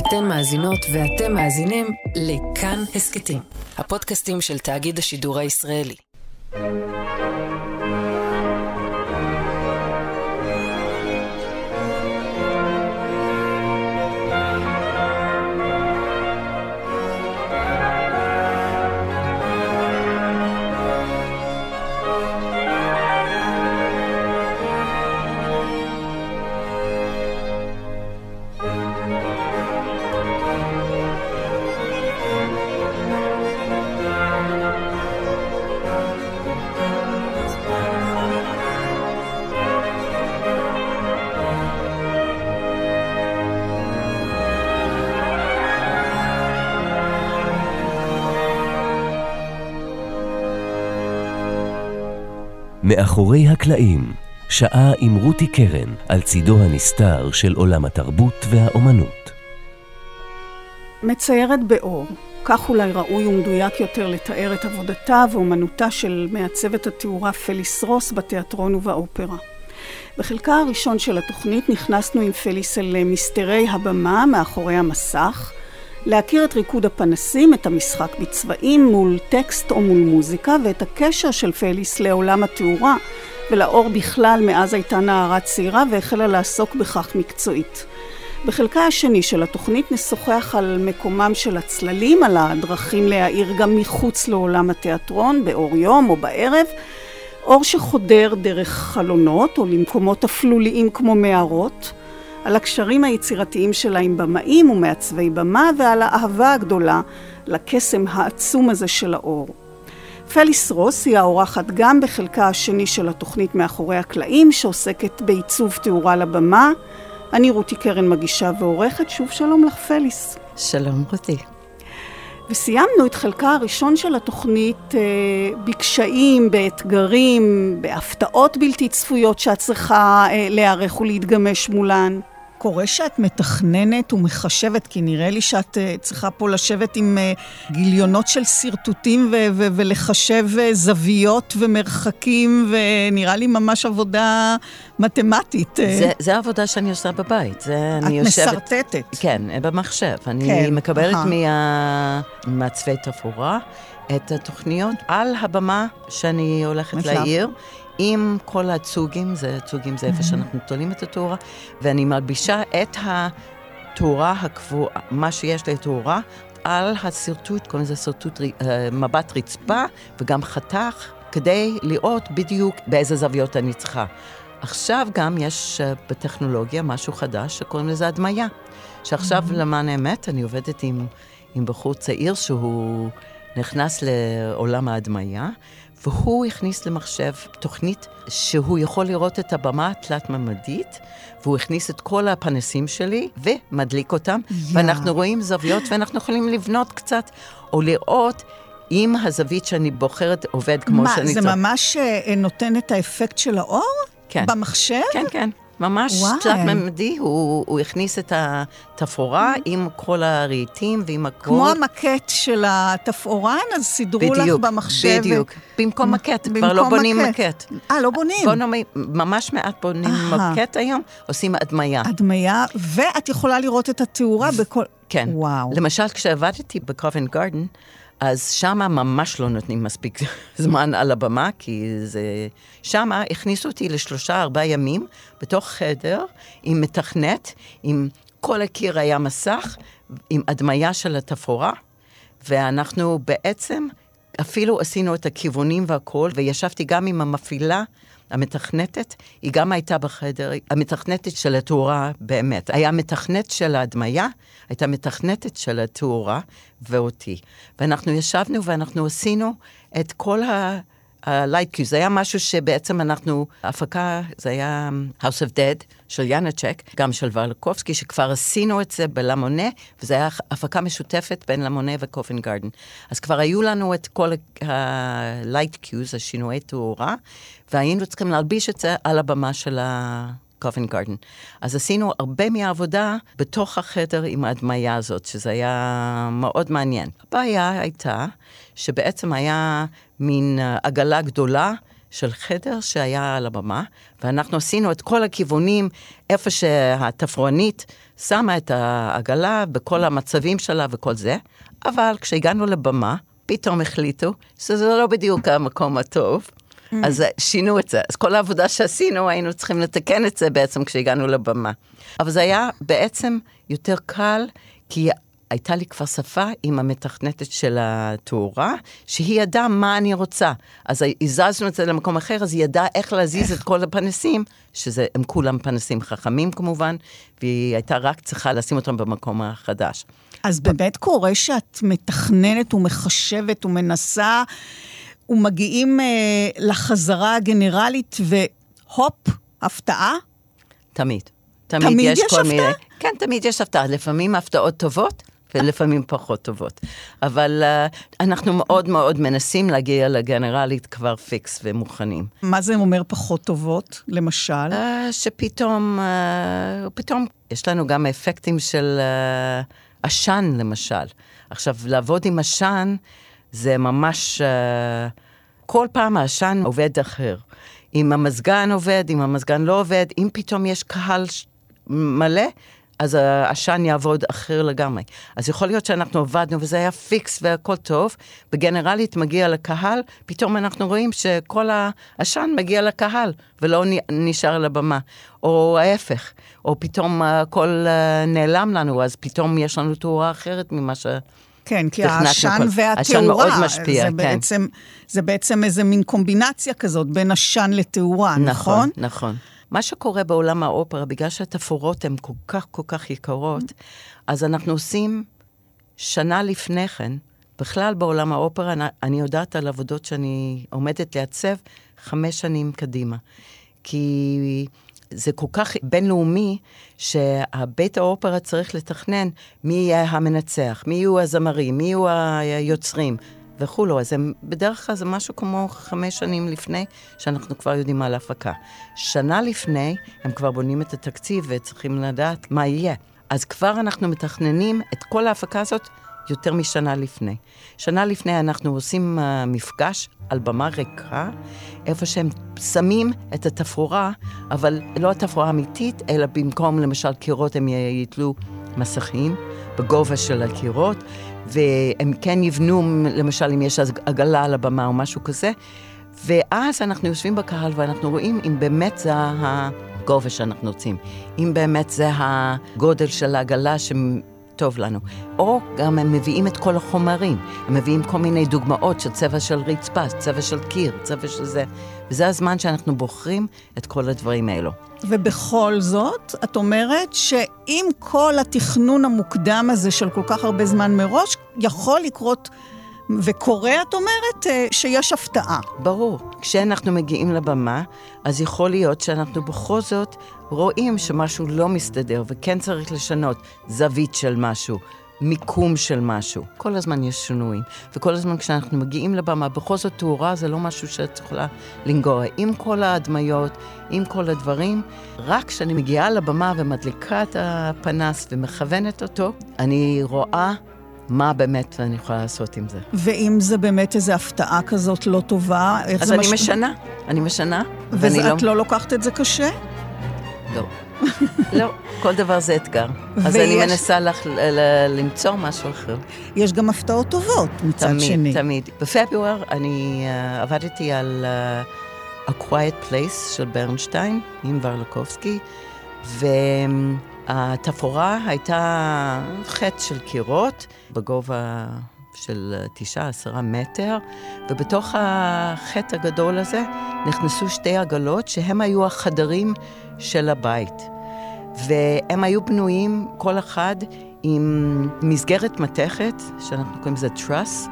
אתן מאזינות ואתם מאזינים לכאן הסקטים, הפודקאסטים של תאגיד השידור הישראלי. מאחורי הקלעים, שעה עם רותי קרן על צידו הנסתר של עולם התרבות והאומנות. מציירת באור, כך אולי ראוי ומדויק יותר לתאר את עבודתה ואומנותה של מעצבת התאורה פליס רוס בתיאטרון ובאופרה. בחלקה הראשון של התוכנית נכנסנו עם פליס אל מסתרי הבמה מאחורי המסך, להכיר את ריקוד הפנסים, את המשחק בצבעים מול טקסט או מול מוזיקה, ואת הקשר של פליס לעולם התאורה ולאור בכלל מאז הייתה נערה צעירה והחלה לעסוק בכך מקצועית. בחלקה השני של התוכנית נשוחח על מקומם של הצללים, על הדרכים להאיר גם מחוץ לעולם התיאטרון, באור יום או בערב, אור שחודר דרך חלונות או למקומות אפלוליים כמו מערות, על הקשרים היצירתיים שלה עם במאים ומעצבי במה, ועל האהבה הגדולה לקסם העצום הזה של האור. פליס רוס היא האורחת גם בחלקה השני של התוכנית מאחורי הקלעים, שעוסקת בעיצוב תאורה לבמה. אני רותי קרן מגישה ועורכת. שוב שלום לך פליס. שלום רותי. וסיימנו את חלקה הראשון של התוכנית בקשיים, באתגרים, בהפתעות בלתי צפויות שאת צריכה להיערך ולהתגמש מולן. קורה שאת מתכננת ומחשבת, כי נראה לי שאת צריכה פה לשבת עם גיליונות של סרטוטים ולחשב זוויות ומרחקים, ונראה לי ממש עבודה מתמטית. זה העבודה שאני עושה בבית. את מסרטטת. כן, במחשב. אני מקבלת מעצבי תפאורה את התוכניות על הבמה שאני הולכת להעיר. עם כל הצוגים, זה איפה שאנחנו תולים את התאורה, ואני מלבישה את התאורה הקבועה, מה שיש לתאורה, על הסרטוט, קוראים לזה סרטוט מבט רצפה, וגם חתך, כדי לראות בדיוק באיזה זוויות אני צריכה. עכשיו גם יש בטכנולוגיה משהו חדש שקוראים לזה הדמיה, שעכשיו למען האמת אני עובדת עם בחור צעיר שהוא נכנס לעולם ההדמיה, והוא הכניס למחשב תוכנית שהוא יכול לראות את הבמה התלת-ממדית, והוא הכניס את כל הפנסים שלי ומדליק אותם, ואנחנו רואים זוויות, ואנחנו יכולים לבנות קצת, או לראות אם הזווית שאני בוחרת עובד כמו שאני צריך. מה, זה ממש נותן את האפקט של האור? כן. במחשב? כן, כן. ממש תלת-ממדי, הוא הכניס את התפאורה עם כל הרהיטים ועם הכל. כמו המקט של התפאורן, אז סידרו לך במחשב. בדיוק, במקום מקט, כבר לא בונים מקט. לא בונים. ממש מעט בונים מקט היום, עושים הדמיה. הדמיה, ואת יכולה לראות את התאורה בכל... כן. וואו. למשל, כשעבדתי בקובנט גארדן, אז שמה ממש לא נותנים מספיק זמן על הבמה, כי שמה הכניסו אותי 3-4 ימים בתוך חדר עם מתכנת, עם כל הקיר היה מסך, עם הדמיה של התפאורה, ואנחנו בעצם אפילו עשינו את הכיוונים והכל, וישבתי גם עם המפעילה, המתכנתת, היא גם הייתה בחדר, המתכנתת של התאורה באמת. היה מתכנת של ההדמיה, הייתה מתכנתת של התאורה ואותי. ואנחנו ישבנו ואנחנו עשינו את כל ה-light cues. זה היה משהו שבעצם אנחנו, ההפקה, זה היה House of Dead של ינצ'ק, גם של ורלקובסקי, שכבר עשינו את זה בלמונה, וזה היה הפקה משותפת בין למונה וקובנט גארדן. אז כבר היו לנו את כל ה-light cues, השינויי תאורה, והיינו צריכים להלביש את זה על הבמה של קובנט גארדן. אז עשינו הרבה מהעבודה בתוך החדר עם ההדמיה הזאת, שזה היה מאוד מעניין. הבעיה הייתה שבעצם היה מין עגלה גדולה של חדר שהיה על הבמה, ואנחנו עשינו את כל הכיוונים, איפה שהתפרונית שמה את העגלה בכל המצבים שלה וכל זה, אבל כשהגענו לבמה, פתאום החליטו שזה לא בדיוק המקום הטוב, אז שינו את זה. אז כל העבודה שעשינו, היינו צריכים לתקן את זה בעצם כשהגענו לבמה. אבל זה היה בעצם יותר קל, כי הייתה לי כבר שפה עם המתכנתת של התאורה, שהיא ידעה מה אני רוצה. אז הזזנו את זה למקום אחר, אז היא ידעה איך להזיז את כל הפנסים, הם כולם פנסים חכמים כמובן, והיא הייתה רק צריכה לשים אותם במקום החדש. אז באמת קורה שאת מתכננת ומחשבת ומנסה, ומגיעים לחזרה הגנרלית, והופ, הפתעה? תמיד. תמיד יש הפתעה? כן, תמיד יש הפתעה. לפעמים הפתעות טובות, ולפעמים פחות טובות. אבל אנחנו מאוד מאוד מנסים להגיע לגנרלית כבר פיקס ומוכנים. מה זה אומר פחות טובות, למשל? שפתאום יש לנו גם אפקטים של עשן, למשל. עכשיו, לעבוד עם עשן, זה ממש, כל פעם העשן עובד אחר. אם המזגן עובד, אם המזגן לא עובד, אם פתאום יש קהל מלא, אז העשן יעבוד אחר לגמרי. אז יכול להיות שאנחנו עבדנו, וזה היה פיקס והכל טוב, בגנרלית מגיע לקהל, פתאום אנחנו רואים שכל העשן מגיע לקהל, ולא נשאר על הבמה. או ההפך, או פתאום הכל נעלם לנו, אז פתאום יש לנו תאורה אחרת ממה ש... כן, כי העשן והתאורה, זה בעצם איזה מין קומבינציה כזאת, בין עשן לתאורה, נכון? נכון. מה שקורה בעולם האופרה, בגלל שהתפאורות הן כל כך יקרות, אז אנחנו עושים שנה לפני כן, בכלל בעולם האופרה, אני יודעת על עבודות שאני עומדת לעצב 5 שנים קדימה. כי זה כל כך בינלאומי, שהבית האופרה צריך לתכנן מי יהיה המנצח, מי יהיו הזמרים, מי יהיו היוצרים, וכולו. אז בדרך כלל זה משהו כמו 5 שנים לפני, שאנחנו כבר יודעים על ההפקה. שנה לפני, הם כבר בונים את התקציב, וצריכים לדעת מה יהיה. אז כבר אנחנו מתכננים את כל ההפקה הזאת, יותר משנה לפני. שנה לפני אנחנו עושים מפגש על במה ריקה, איפה שהם שמים את התפאורה, אבל לא התפאורה האמיתית, אלא במקום למשל קירות הם יתלו מסכים בגובה של הקירות, והם כן יבנו, למשל אם יש עגלה על הבמה או משהו כזה, ואז אנחנו יושבים בקהל ואנחנו רואים אם באמת זה הגובה שאנחנו רוצים, אם באמת זה הגודל של העגלה טוב לנו. או גם הם מביאים את כל החומרים. הם מביאים כל מיני דוגמאות של צבע של רצפה, צבע של קיר, צבע של זה. וזה הזמן שאנחנו בוחרים את כל הדברים האלו. ובכל זאת, את אומרת שאם כל התכנון המוקדם הזה של כל כך הרבה זמן מראש, יכול לקרות וקורה, את אומרת, שיש הפתעה. ברור. כשאנחנו מגיעים לבמה, אז יכול להיות שאנחנו בכל זאת רואים שמשהו לא מסתדר, וכן צריך לשנות זווית של משהו, מיקום של משהו. כל הזמן יש שינויים. וכל הזמן כשאנחנו מגיעים לבמה, בכל זאת תאורה זה לא משהו שאת יכולה לנגוע. עם כל ההדמיות, עם כל הדברים, רק כשאני מגיעה לבמה ומדליקה את הפנס ומכוונת אותו, אני רואה מה באמת אני יכולה לעשות עם זה. ואם זה באמת איזו הפתעה כזאת לא טובה, איך אז זה אני משנה. ואת לא לוקחת את זה קשה? לא. לא, כל דבר זה אתגר. אז אני מנסה למצוא משהו אחר. יש גם הפתעות טובות מצד שני. תמיד. בפברואר אני עבדתי על A Quiet Place של ברנשטיין, עם ורלקובסקי, התפאורה הייתה חטא של קירות, בגובה של 9-10 מטר, ובתוך החטא הגדול הזה נכנסו 2 עגלות שהם היו החדרים של הבית. והם היו בנויים כל אחד עם מסגרת מתכת, שאנחנו קוראים לזה טרס,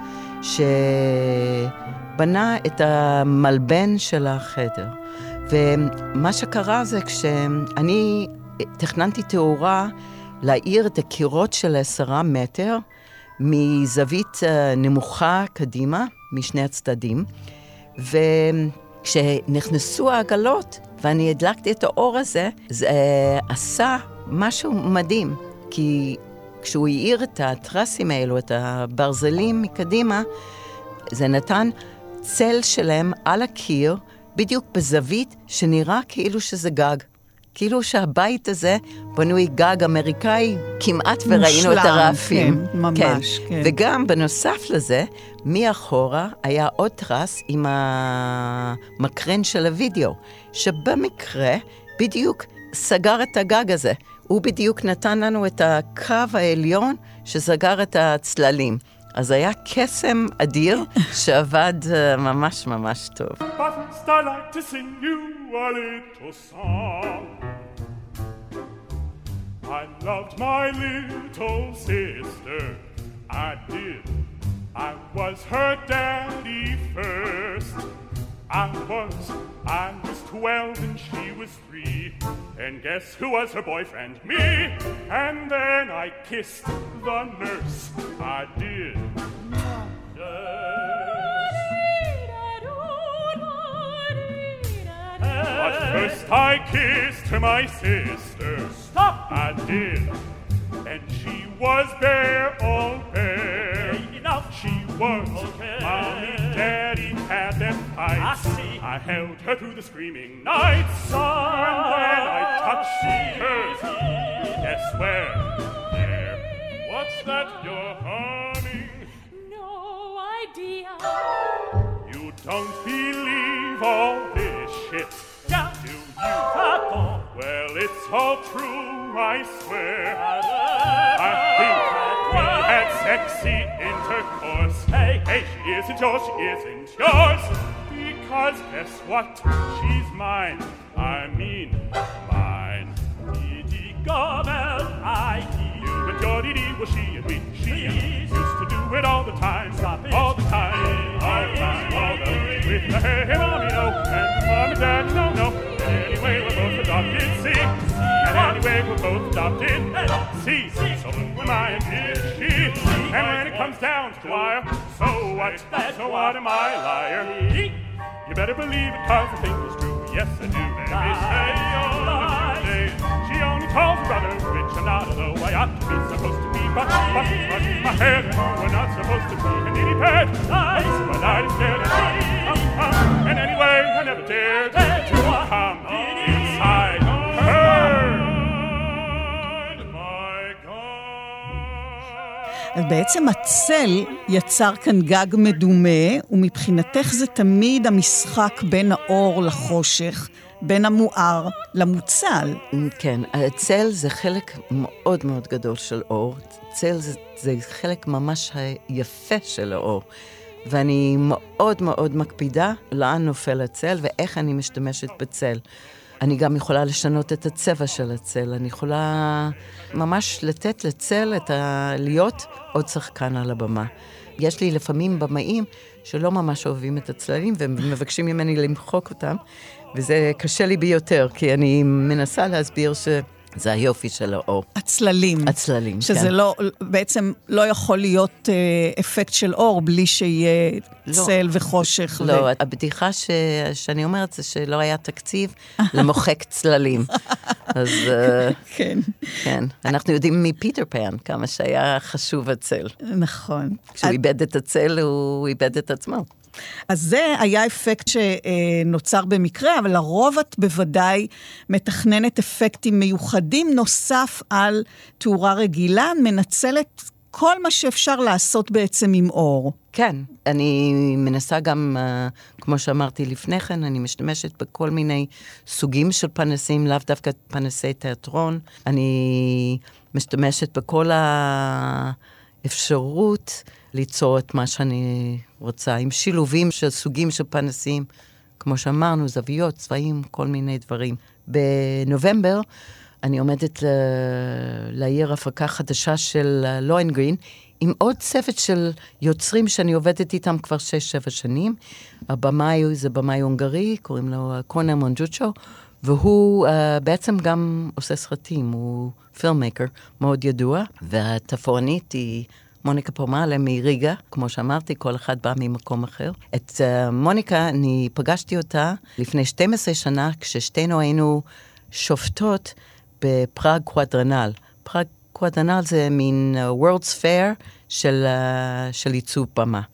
שבנה את המלבן של החדר. ומה שקרה זה כשאני תכננתי תאורה להאיר את הקירות של 10 מטר מזווית נמוכה קדימה, משני הצדדים, וכשנכנסו העגלות ואני הדלקתי את האור הזה, זה עשה משהו מדהים, כי כשהוא העיר את הטרסים האלו, את הברזלים מקדימה, זה נתן צל שלהם על הקיר, בדיוק בזווית שנראה כאילו שזה גג. כאילו שהבית הזה בנוי גג אמריקאי, כמעט וראינו את הרעפים. כן, ממש, כן. וגם בנוסף לזה, מאחורה היה עוד טרס עם המקרן של הוידאו, שבמקרה בדיוק סגר את הגג הזה. הוא בדיוק נתן לנו את הקו העליון שסגר את הצללים. אז היה קסם אדיר שעבד ממש ממש טוב. But first I'd like to sing you a little song. I loved my little sister, I did. I was her daddy first. I was 12 and she was 3. And guess who was her boyfriend? Me! And then I kissed the nurse, I did. But first I kissed my sister, stop, I did. And she was there all bare. Enough, she was. Okay. Mommy, Daddy had their fights. I see. I held her through the screaming nights. And when I touched her, guess where? There. What's that you're humming? No idea. You don't believe all this shit, Yeah. do you? Well, it's all true, I swear. I think we had sexy intercourse. Hey, she isn't yours, she isn't yours. Because guess what? She's mine. I mean, mine. Didi Gomel, you and your Didi, well, she and me. She used to do it all the time. All the time. All the time. All the time. With the hey, mommy, no. And mommy, daddy, no. And anyway, we're both adopted, see. And anyway, we're both adopted, see. So am I and is she. And when it comes down to wire, so what? So what am I, liar? You better believe it, cause the thing is true. Yes, I do, baby. Say all the days. She only calls her brother, which I'm not, although I ought to be supposed to be. But my head, we're not supposed to be an itty pad. But I just stared at her. And anyway, I never dared to come inside her. My God. אז בעצם הצל יצר כאן גג מדומה, ומבחינתך זה תמיד המשחק בין האור לחושך, בין המואר למוצל. כן, הצל זה חלק מאוד מאוד גדול של אור. צל זה חלק ממש היפה של האור. ואני מאוד מאוד מקפידה לאן נופל הצל ואיך אני משתמשת בצל. אני גם יכולה לשנות את הצבע של הצל. אני יכולה ממש לתת לצל להיות עוד שחקן על הבמה. יש לי לפעמים במאים שלא ממש אוהבים את הצללים ומבקשים ממני למחוק אותם, וזה קשה לי ביותר, כי אני מנסה להסביר זה היופי של האור. הצללים. הצללים, שזה כן. לא, בעצם לא יכול להיות אפקט של אור בלי שיהיה צל וחושך. לא, הבדיחה שאני אומרת זה שלא היה תקציב למוחק צללים. אז כן. כן, אנחנו יודעים מפיטר פן כמה שהיה חשוב הצל. נכון. כשהוא איבד את הצל, הוא איבד את עצמו. אז זה היה אפקט שנוצר במקרה, אבל לרוב את בוודאי מתכננת אפקטים מיוחדים נוסף על תאורה רגילה, מנצלת כל מה שאפשר לעשות בעצם עם אור. כן, אני מנסה גם, כמו שאמרתי לפני כן, אני משתמשת בכל מיני סוגים של פנסים, לאו דווקא פנסי תיאטרון. אני משתמשת בכל האפשרות ליצור את מה שאני רוצה, עם שילובים של סוגים של פנסים, כמו שאמרנו, זוויות, צבעים, כל מיני דברים. בנובמבר אני עומדת להעיר הפקה חדשה של לוהנגרין, עם עוד צוות של יוצרים שאני עובדת איתם כבר 6-7 שנים. הבמאי זה במאי הונגרי, קוראים לו קונה מונג'וצ'ו, והוא בעצם גם עושה סרטים, הוא פילממקר מאוד ידוע, והתפאורנית היא מוניקה פומאלה מריגה, כמו שאמרתי, כל אחד בא ממקום אחר. את מוניקה, אני פגשתי אותה לפני 12 שנה, כששתינו היינו שופטות בפראג קוואדרנל. פראג קוואדרנל זה מין World's Fair של עיצוב במה.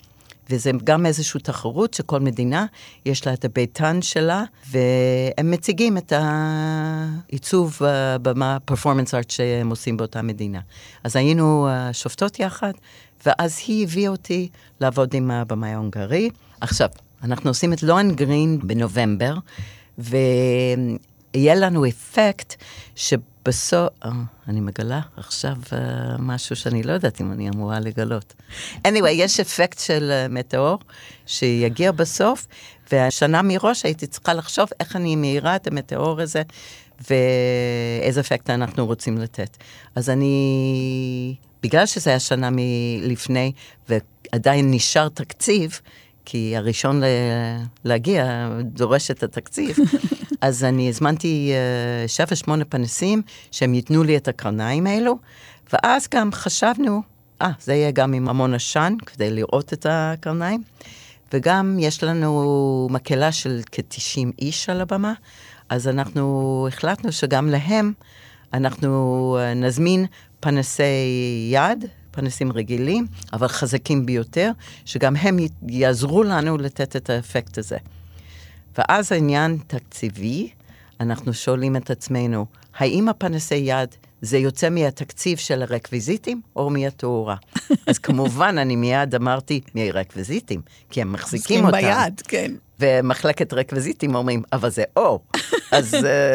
וזה גם איזושהי תחרות שכל מדינה יש לה את הביתן שלה, והם מציגים את העיצוב במה, פרפורמנס ארט שהם עושים באותה מדינה. אז היינו שופטות יחד, ואז היא הביאה אותי לעבוד עם הבמאי ההונגרי. עכשיו, אנחנו עושים את לוהנגרין בנובמבר, ויהיה לנו אפקט שבסוף, אני מגלה עכשיו משהו שאני לא יודעת אם אני אמורה לגלות. anyway, יש אפקט של מטאור שיגיע בסוף, והשנה מראש הייתי צריכה לחשוב איך אני מהירה את המטאור הזה, ואיזה אפקט אנחנו רוצים לתת. אז אני, בגלל שזה היה שנה מלפני, ועדיין נשאר תקציב, כי הראשון להגיע דורש את התקציב, אז אני הזמנתי 7-8 פנסים שהם ייתנו לי את הקרניים האלו, ואז גם חשבנו, זה יהיה גם עם המון עשן, כדי לראות את הקרניים, וגם יש לנו מקהלה של כ-90 איש על הבמה, אז אנחנו החלטנו שגם להם אנחנו נזמין פנסי יד, פנסים רגילים, אבל חזקים ביותר, שגם הם יעזרו לנו לתת את האפקט הזה. ואז העניין תקציבי, אנחנו שואלים את עצמנו, האם הפנסי יד זה יוצא מהתקציב של הרקוויזיטים או מהתאורה? אז כמובן אני מיד אמרתי מהרקוויזיטים, כי הם מחזיקים אותם. ביד, כן. ומחלקת רקוויזיטים אומרים, אבל זה אור. אז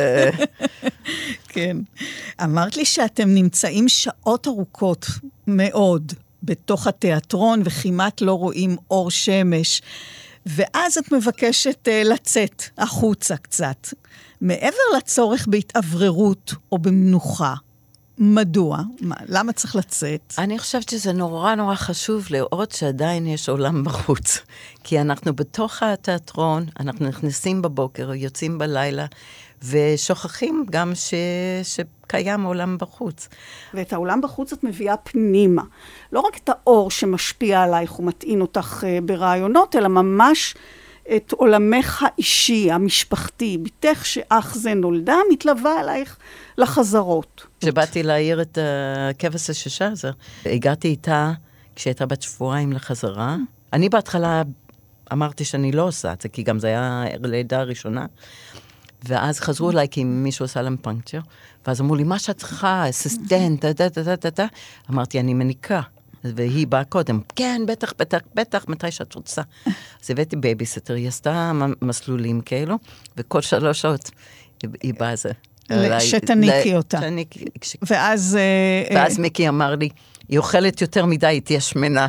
כן. אמרת לי שאתם נמצאים שעות ארוכות מאוד בתוך התיאטרון, וכמעט לא רואים אור שמש, ואז את מבקשת לצאת החוצה קצת. מעבר לצורך בהתאווררות או במנוחה, מדוע? למה צריך לצאת? אני חושבת שזה נורא נורא חשוב לראות שעדיין יש עולם בחוץ. כי אנחנו בתוך התיאטרון, אנחנו נכנסים בבוקר, יוצאים בלילה, ושוכחים גם שקיים עולם בחוץ. ואת העולם בחוץ את מביאה פנימה. לא רק את האור שמשפיע עלייך ומטעין אותך ברעיונות, אלא ממש את עולמך האישי, המשפחתי, ביתך שאח זה נולדה, מתלווה עלייך לחזרות. כשבאתי להעיר את הכבש השישה הזה, הגעתי איתה כשהייתה בת שבועיים לחזרה. אני בהתחלה אמרתי שאני לא עושה את זה, כי גם זה היה לידה הראשונה. ואז חזרו אליי כי מישהו עושה להם פונקציה, ואז אמרו לי, מה שאת צריכה, אסיסטנט, אמרתי, אני מניקה. והיא באה קודם, כן, בטח, מתי שאת רוצה. אז הבאתי בייביסיטר, היא עשתה מסלולים כאלו, וכל 3 שעות היא באה זה. שתניקי אותה. ואז מיקי אמר לי, היא אוכלת יותר מדי, היא תהיה שמנה.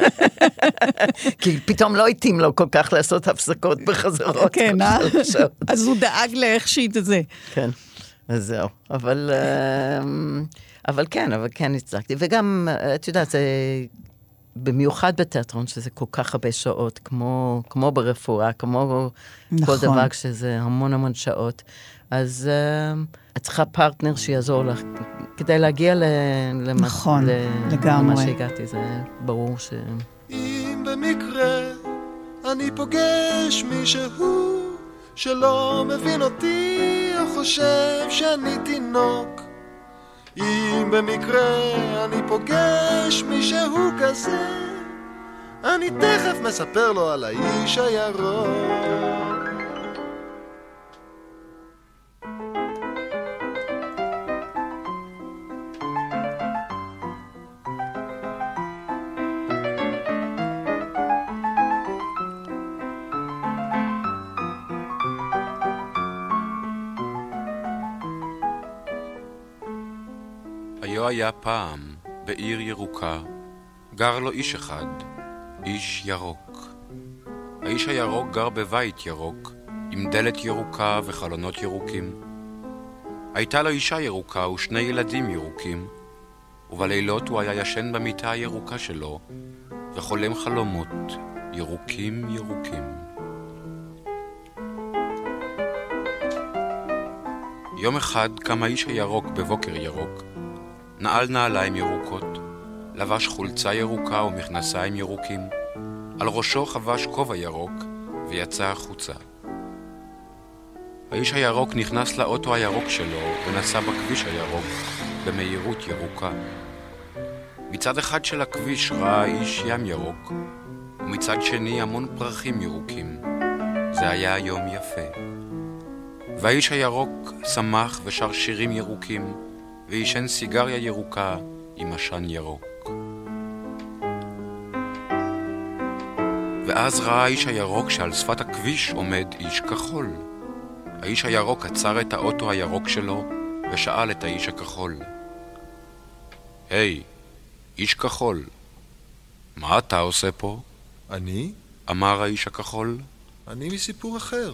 כי פתאום לא התאים לו כל כך לעשות הפסקות בחזרות. כן, אז הוא דאג לאיך שהיא את זה. כן, אז זהו. אבל כן הצלחתי. וגם, את יודעת, זה במיוחד בתיאטרון, שזה כל כך הרבה שעות, כמו ברפואה, כמו כל דבר, שזה המון שעות. אז את צריכה פרטנר שיעזור לך, כדי להגיע נכון, לגמרי. למה שהגעתי, זה ברור ש... אם במקרה אני פוגש מישהו שלא מבין אותי או חושב שאני תינוק, אם במקרה אני פוגש מישהו כזה, אני תכף מספר לו על האיש הירוק. היה פעם בעיר ירוקה, גר לו איש אחד, איש ירוק. האיש הירוק גר בבית ירוק, עם דלת ירוקה וחלונות ירוקים. הייתה לו אישה ירוקה ו2 ילדים ירוקים, ובלילות הוא היה ישן במיטה הירוקה שלו, וחולם חלומות ירוקים ירוקים. יום אחד קם האיש הירוק בבוקר ירוק, נעל נעליים ירוקות, לבש חולצה ירוקה ומכנסיים ירוקים, על ראשו חבש כובע ירוק ויצא החוצה. האיש הירוק נכנס לאוטו הירוק שלו ונסע בכביש הירוק במהירות ירוקה. מצד אחד של הכביש ראה איש ים ירוק, ומצד שני המון פרחים ירוקים. זה היה יום יפה. והאיש הירוק שמח ושר שירים ירוקים, וישן סיגריה ירוקה עם עשן ירוק. ואז ראה האיש הירוק שעל שפת הכביש עומד איש כחול. האיש הירוק עצר את האוטו הירוק שלו ושאל את האיש הכחול. היי, איש כחול, מה אתה עושה פה? אני? אמר האיש הכחול. אני מסיפור אחר.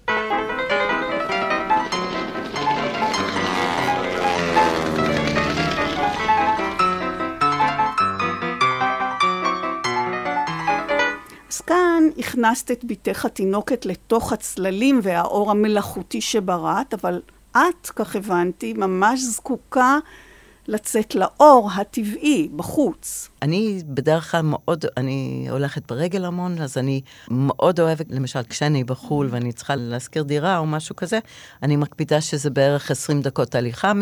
אז כאן הכנסת את ביתך התינוקת לתוך הצללים והאור המלאכותי שבראת, אבל את, כך הבנתי, ממש זקוקה לצאת לאור הטבעי בחוץ. אני בדרך כלל מאוד, אני הולכת ברגל המון, אז אני מאוד אוהבת, למשל כשאני בחול ואני צריכה להזכיר דירה או משהו כזה, אני מקפידה שזה בערך 20 דקות הליכה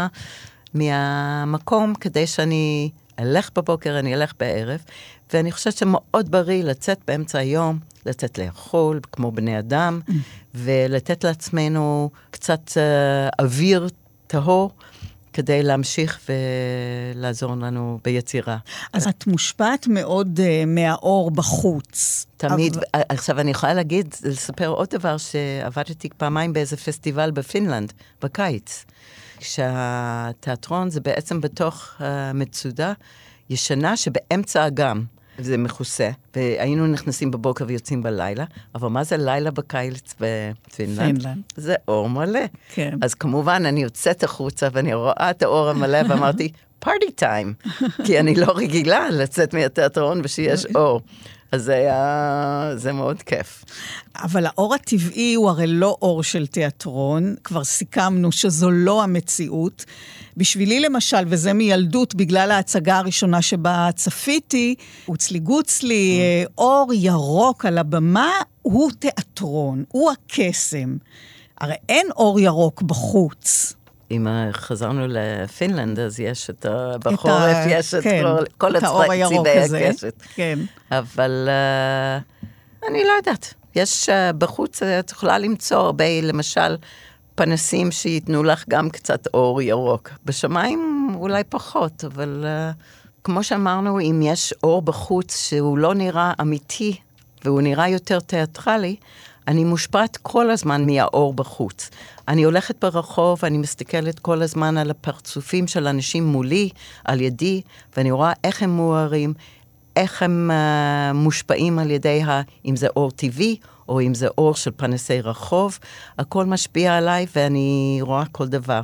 מהמקום, כדי שאני אלך בבוקר, אני אלך בערב, ואני חושבת שמאוד בריא לצאת באמצע היום, לצאת לאכול כמו בני אדם, ולתת לעצמנו קצת אוויר טהור, כדי להמשיך ולעזור לנו ביצירה. אז את מושפעת מאוד מהאור בחוץ. תמיד. עכשיו אני יכולה לספר עוד דבר, שעבדתי פעמיים באיזה פסטיבל בפינלנד, בקיץ. כשהתיאטרון זה בעצם בתוך מצודה ישנה שבאמצע אגם. זה מכוסה, והיינו נכנסים בבוקר ויוצאים בלילה, אבל מה זה לילה בקיץ בפינלנד? זה אור מלא. כן. אז כמובן אני יוצאת החוצה ואני רואה את האור המלא ואמרתי, פארטי טיים, כי אני לא רגילה לצאת מהתיאטרון ושיש אור. אז זה מאוד כיף. אבל האור הטבעי הוא הרי לא אור של תיאטרון, כבר סיכמנו שזו לא המציאות. בשבילי למשל, וזה מילדות בגלל ההצגה הראשונה שבה צפיתי, הוצלי גוצלי, אור ירוק על הבמה, הוא תיאטרון, הוא הקסם. הרי אין אור ירוק בחוץ. אם חזרנו לפינלנד, אז יש בחורף, יש את כל צבעי הקשת. כן. אבל אני לא יודעת. יש בחוץ, את יכולה למצוא הרבה, למשל, פנסים שיתנו לך גם קצת אור ירוק. בשמיים אולי פחות, אבל כמו שאמרנו, אם יש אור בחוץ שהוא לא נראה אמיתי, והוא נראה יותר תיאטרלי, אני מושפעת כל הזמן מהאור בחוץ. אני הולכת ברחוב, אני מסתכלת כל הזמן על הפרצופים של אנשים מולי, על ידי, ואני רואה איך הם מוארים, איך הם מושפעים על ידי, אם זה אור טבעי, או אם זה אור של פנסי רחוב, הכל משפיע עליי ואני רואה כל דבר.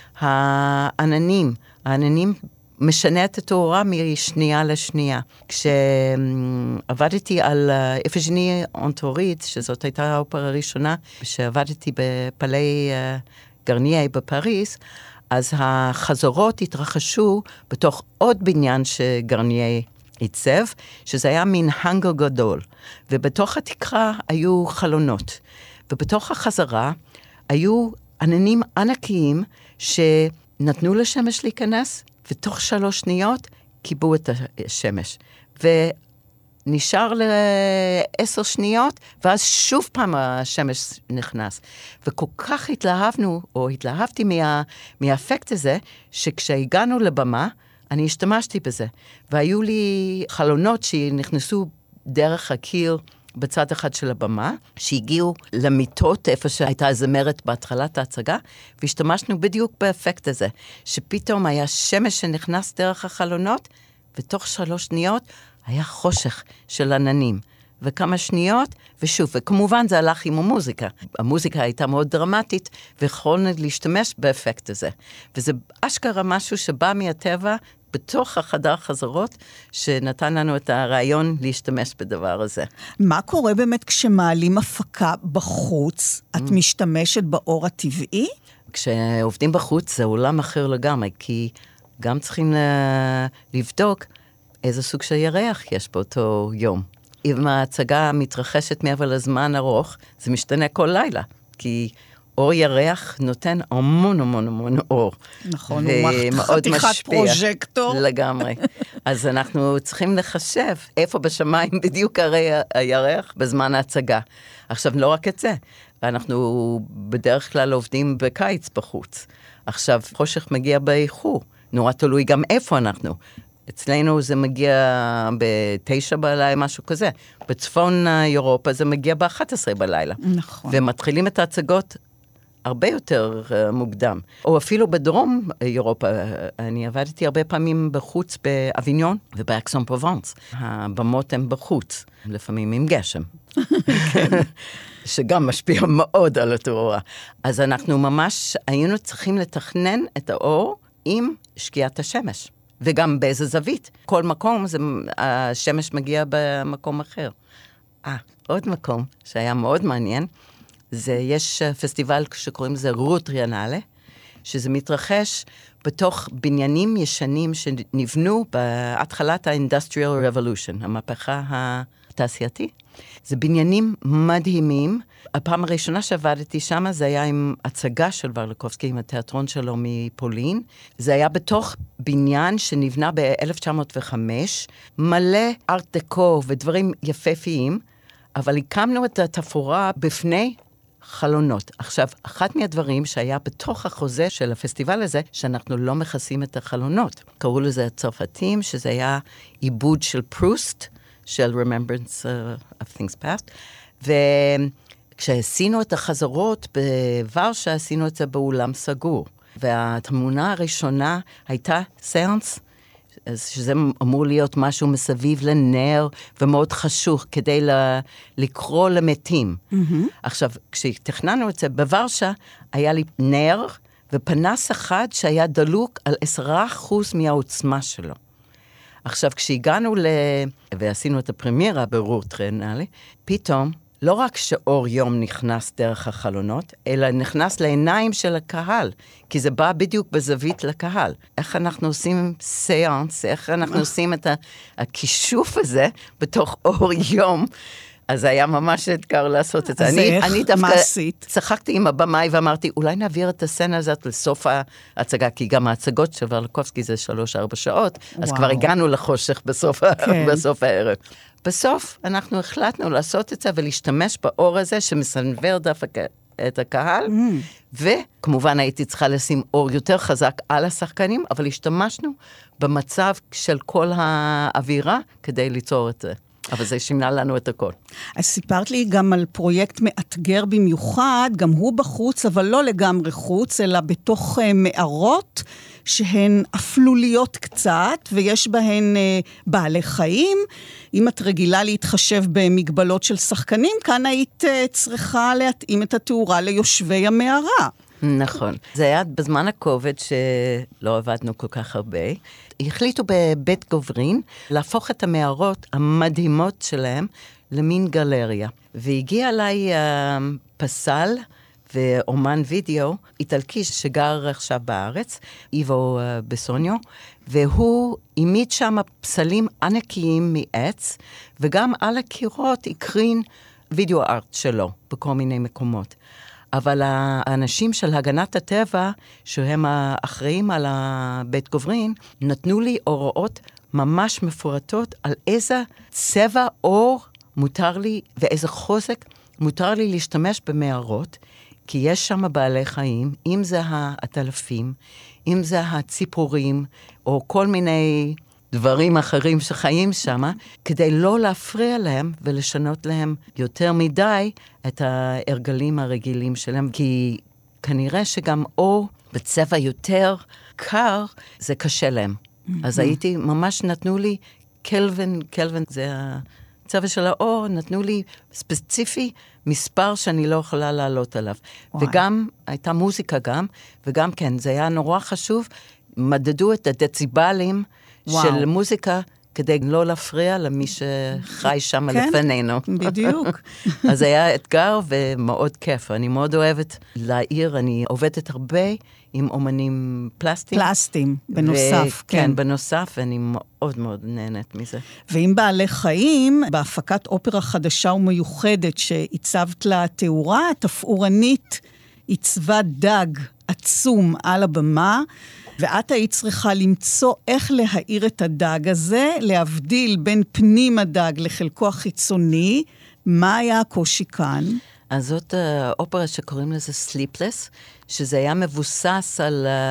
העננים משנה את התאורה משנייה לשנייה. כשעבדתי על איפג'ני אונטוריד, שזאת הייתה האופרה הראשונה, שעבדתי בפלי גרניה בפריז, אז החזרות התרחשו בתוך עוד בניין שגרניה עיצב, שזה היה מין הנגר גדול, ובתוך התקרה היו חלונות, ובתוך החזרה היו עננים ענקיים שנתנו לשמש להיכנס, ותוך 3 שניות קיבו את השמש. ונשאר ל10 שניות, ואז שוב פעם השמש נכנס. וכל כך התלהבנו, או התלהבתי מהאפקט הזה, שכשהגענו לבמה, אני השתמשתי בזה. והיו לי חלונות שנכנסו דרך הקיר בצד אחד של הבמה, שהגיעו למיטות איפה שהייתה הזמרת בהתחלת ההצגה, והשתמשנו בדיוק באפקט הזה, שפתאום היה שמש שנכנס דרך החלונות, ותוך 3 שניות היה חושך של עננים. וכמה שניות, ושוב, וכמובן זה הלך עם המוזיקה. המוזיקה הייתה מאוד דרמטית, ויכולנו להשתמש באפקט הזה. וזה אשכרה משהו שבא מהטבע, בתוך החדר חזרות, שנתן לנו את הרעיון להשתמש בדבר הזה. מה קורה באמת כשמעלים הפקה בחוץ? את משתמשת באור הטבעי? כשעובדים בחוץ זה עולם אחר לגמרי, כי גם צריכים לבדוק איזה סוג של ירח יש באותו יום. אם ההצגה מתרחשת מעבר לזמן ארוך, זה משתנה כל לילה, כי אור ירח נותן המון המון המון אור. נכון, הוא חתיכת פרוז'קטור. לגמרי. אז אנחנו צריכים לחשב איפה בשמיים בדיוק הרי הירח בזמן ההצגה. עכשיו, לא רק את זה, אנחנו בדרך כלל עובדים בקיץ בחוץ. עכשיו, חושך מגיע באיחור, נורא תלוי גם איפה אנחנו. אצלנו זה מגיע ב-9 בלילה, משהו כזה. בצפון אירופה זה מגיע ב-11 בלילה. נכון. ומתחילים את ההצגות הרבה יותר מוקדם. או אפילו בדרום אירופה, אני עבדתי הרבה פעמים בחוץ באביניון ובאקסון פרובנס. הבמות הן בחוץ, לפעמים עם גשם. שגם משפיע מאוד על התאורה. אז אנחנו ממש היינו צריכים לתכנן את האור עם שקיעת השמש. וגם באיזה זווית. כל מקום, השמש מגיע במקום אחר. עוד מקום שהיה מאוד מעניין, יש פסטיבל שקוראים לזה רות טריאנלה, שזה מתרחש בתוך בניינים ישנים שנבנו בהתחלת ה-Industrial Revolution, המהפכה התעשייתי. זה בניינים מדהימים. הפעם הראשונה שעבדתי שם, זה היה עם הצגה של ורלקובסקי, עם התיאטרון שלו מפולין. זה היה בתוך בניין שנבנה ב-1905, מלא ארט דקו ודברים יפהפיים, אבל הקמנו את התפאורה בפני חלונות. עכשיו, אחד מהדברים שהיה בתוך החוזה של הפסטיבל הזה, שאנחנו לא מכסים את החלונות. קראו לזה הצרפתים, שזה היה עיבוד של פרוסט, של Remembrance of Things Past, וכשעשינו את החזרות בוורשה, עשינו את זה באולם סגור. והתמונה הראשונה הייתה סאנס, שזה אמור להיות משהו מסביב לנר, ומאוד חשוך, כדי לקרוא למתים. עכשיו, כשתכננו את זה בוורשה, היה לי נר, ופנס אחד שהיה דלוק על 10% מהעוצמה שלו. עכשיו, כשהגענו ועשינו את הפרמיירה ברות טריאנלה, פתאום, לא רק שאור יום נכנס דרך החלונות, אלא נכנס לעיניים של הקהל, כי זה בא בדיוק בזווית לקהל. איך אנחנו עושים סיאנס, איך אנחנו עושים את הכישוף הזה בתוך אור יום, אז היה ממש אתגר לעשות את זה. אז אני דווקא מה עשית? צחקתי עם הבמאי ואמרתי, אולי נעביר את הסצנה הזאת לסוף ההצגה, כי גם ההצגות של ורלקובסקי זה 3-4 שעות, אז כבר הגענו לחושך בסוף הערב. בסוף אנחנו החלטנו לעשות את זה ולהשתמש באור הזה שמסנבר דווקא את הקהל, וכמובן הייתי צריכה לשים אור יותר חזק על השחקנים, אבל השתמשנו במצב של כל האווירה כדי ליצור את זה. אבל זה שינה לנו את הכל. אז סיפרת לי גם על פרויקט מאתגר במיוחד, גם הוא בחוץ, אבל לא לגמרי חוץ, אלא בתוך מערות שהן אפלוליות קצת, ויש בהן בעלי חיים. אם את רגילה להתחשב במגבלות של שחקנים, כאן היית צריכה להתאים את התאורה ליושבי המערה. נכון. זה היה בזמן הקובד שלא עבדנו כל כך הרבה. החליטו בבית גוברין להפוך את המערות המדהימות שלהם למין גלריה. והגיע אליי פסל ואומן וידאו איטלקי שגר עכשיו בארץ, איבו בסוניו, והוא העמיד שם פסלים ענקיים מעץ, וגם על הקירות הקרין וידאו ארט שלו בכל מיני מקומות. אבל האנשים של הגנת הטבע, שהם האחראים על הבית גוברין, נתנו לי הוראות ממש מפורטות על איזה צבע אור מותר לי, ואיזה חוזק מותר לי להשתמש במערות, כי יש שם בעלי חיים, אם זה העטלפים, אם זה הציפורים, או כל מיני דברים אחרים שחיים שם, כדי לא להפריע להם ולשנות להם יותר מדי את ההרגלים הרגילים שלהם, כי כנראה שגם אור בצבע יותר קר, זה קשה להם. אז הייתי, ממש נתנו לי קלווין, זה הצבע של האור, נתנו לי ספציפי מספר שאני לא יכולה לעלות עליו. וגם, הייתה מוזיקה גם, וגם כן, זה היה נורא חשוב, מדדו את הדציבלים של מוזיקה, כדי לא להפריע למי שחי שם לפנינו. בדיוק. אז זה היה אתגר ומאוד כיף. אני מאוד אוהבת להעיר, אני עובדת הרבה עם אומנים פלסטיים. פלסטיים, בנוסף. כן, בנוסף, ואני מאוד מאוד נהנית מזה. ועם בעלי חיים, בהפקת אופרה חדשה ומיוחדת שעיצבת לה תאורה, התפאורנית עיצבה דג עצום על הבמה, ואת היית צריכה למצוא איך להאיר את הדג הזה, להבדיל בין פנים הדג לחלקו החיצוני. מה היה הקושי כאן? אז זאת אופרה שקוראים לזה Sleepless, שזה היה מבוסס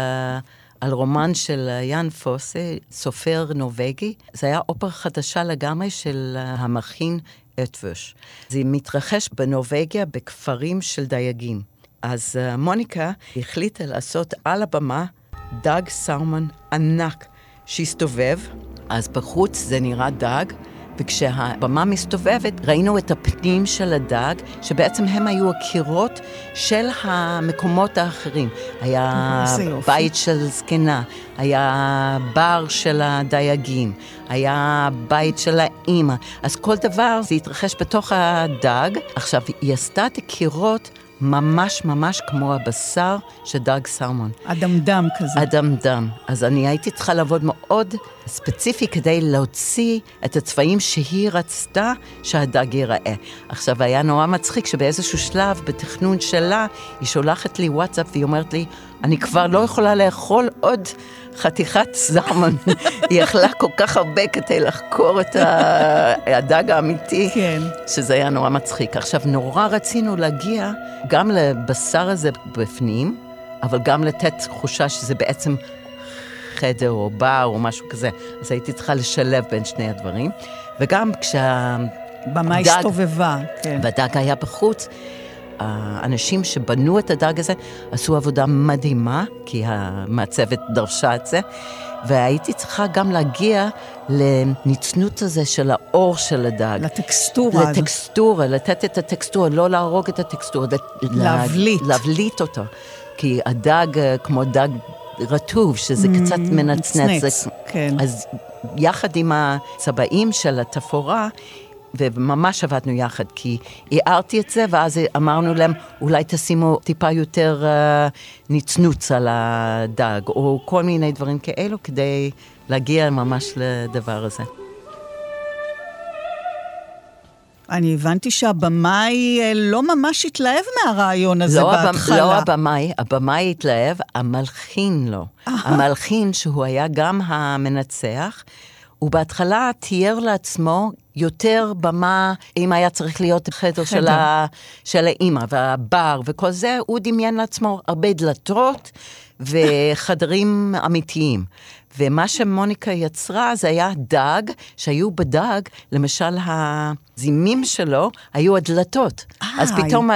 על רומן של יאן פוסה, סופר נורווגי. זה היה אופרה חדשה לגמרי של המכין אתווש. זה מתרחש בנורווגיה בכפרים של דייגים. אז מוניקה החליטה לעשות על הבמה דג סלמון ענק שהסתובב. אז בחוץ זה נראה דג, וכשהבמה מסתובבת, ראינו את הפנים של הדג, שבעצם הם היו הקירות של המקומות האחרים. היה בית של זקנה, היה בר של הדייגים, היה בית של האמא. אז כל דבר זה התרחש בתוך הדג. עכשיו, היא עשתה את הקירות ממש ממש כמו הבשר של דג סלמון. אדמדם כזה. אדמדם. אז אני הייתי צריכה לעבוד מאוד ספציפי כדי להוציא את הצבעים שהיא רצתה שהדג ייראה. עכשיו, היה נורא מצחיק שבאיזשהו שלב בתכנון שלה, היא שולחת לי וואטסאפ והיא אומרת לי, אני כבר לא יכולה לאכול עוד חתיכת סלמון. היא אכלה כל כך הרבה כדי לחקור את הדג האמיתי, כן. שזה היה נורא מצחיק. עכשיו, נורא רצינו להגיע גם לבשר הזה בפנים, אבל גם לתת תחושה שזה בעצם חדר או בר או משהו כזה. אז הייתי צריכה לשלב בין שני הדברים. וגם במה הסתובבה, כן. והדג היה בחוץ, האנשים שבנו את הדג הזה עשו עבודה מדהימה, כי המעצבת דרשה את זה, והייתי צריכה גם להגיע לנצנות הזה של האור של הדג. לטקסטורה. לטקסטורה, לתת את הטקסטורה, לא להרוג את הטקסטורה. להבליט. להבליט אותו. כי הדג כמו דג רטוב, שזה קצת מנצנץ. כן. אז יחד עם הצבעים של התפאורה, וממש עבדנו יחד, כי הערתי את זה, ואז אמרנו להם, אולי תשימו טיפה יותר נצנוץ על הדג, או כל מיני דברים כאלו, כדי להגיע ממש לדבר הזה. אני הבנתי שהבמאי לא ממש התלהב מהרעיון הזה בהתחלה. לא הבמאי התלהב, המלחין לא. המלחין שהוא היה גם המנצח, הוא בהתחלה תיאר לעצמו יותר במה, אם היה צריך להיות חדר של האמא והבר וכל זה, הוא דמיין לעצמו הרבה דלתות וחדרים אמיתיים. ומה שמוניקה יצרה זה היה דג, שהיו בדג, למשל הזימים שלו היו הדלתות. אז פתאום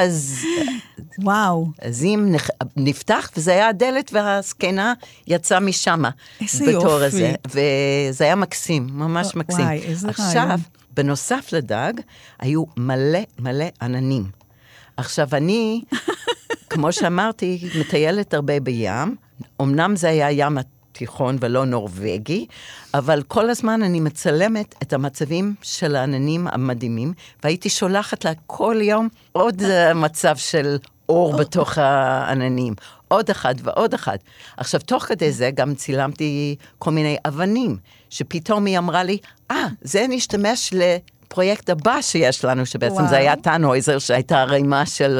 הזים נפתח, וזה היה הדלת והסקנה יצאה משם. איזה יופי. הזה. וזה היה מקסים, ממש מקסים. וואי, איזה עכשיו, רעיון. בנוסף לדג, היו מלא עננים. עכשיו אני, כמו שאמרתי, מטיילת הרבה בים, אמנם זה היה ים תיכון ולא נורווגי, אבל כל הזמן אני מצלמת את המצבים של העננים המדהימים, והייתי שולחת לה כל יום עוד מצב של אור בתוך העננים. עוד אחד ועוד אחד. עכשיו, תוך כדי זה גם צילמתי כל מיני אבנים, שפתאום היא אמרה לי, זה נשתמש לפרויקט הבא שיש לנו, שבעצם זה היה טאנהויזר, שהייתה הרימה של...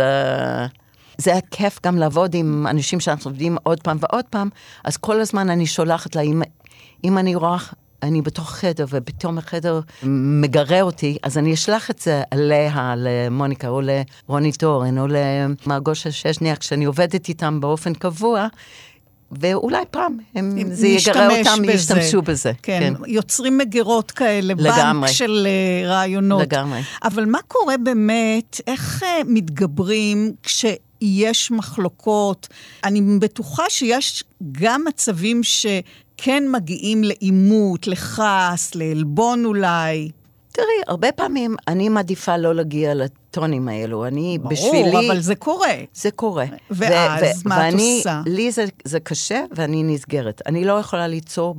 זה היה כיף גם לעבוד עם אנשים שאנחנו עובדים עוד פעם ועוד פעם, אז כל הזמן אני שולחת לה, אם אני רואה, אני בתוך חדר, ופתאום החדר מגרה אותי, אז אני אשלח את זה עליה, למוניקה, או לרוני טורן, או למרגושה ששניאק, שאני עובדת איתם באופן קבוע, ואולי פעם זה יגרה אותם, ישתמשו בזה. כן, יוצרים מגירות כאלה, בנק של רעיונות. לגמרי. אבל מה קורה באמת, איך מתגברים כשיש מחלוקות? אני בטוחה שיש גם מצבים שכן מגיעים לאימות, לחס, לאלבון אולי. תראי, הרבה פעמים אני מעדיפה לא להגיע לטונים האלו. אני ברור, בשבילי... אבל זה קורה. זה קורה. ואז מה את עושה? לי זה קשה ואני נסגרת. אני לא יכולה ליצור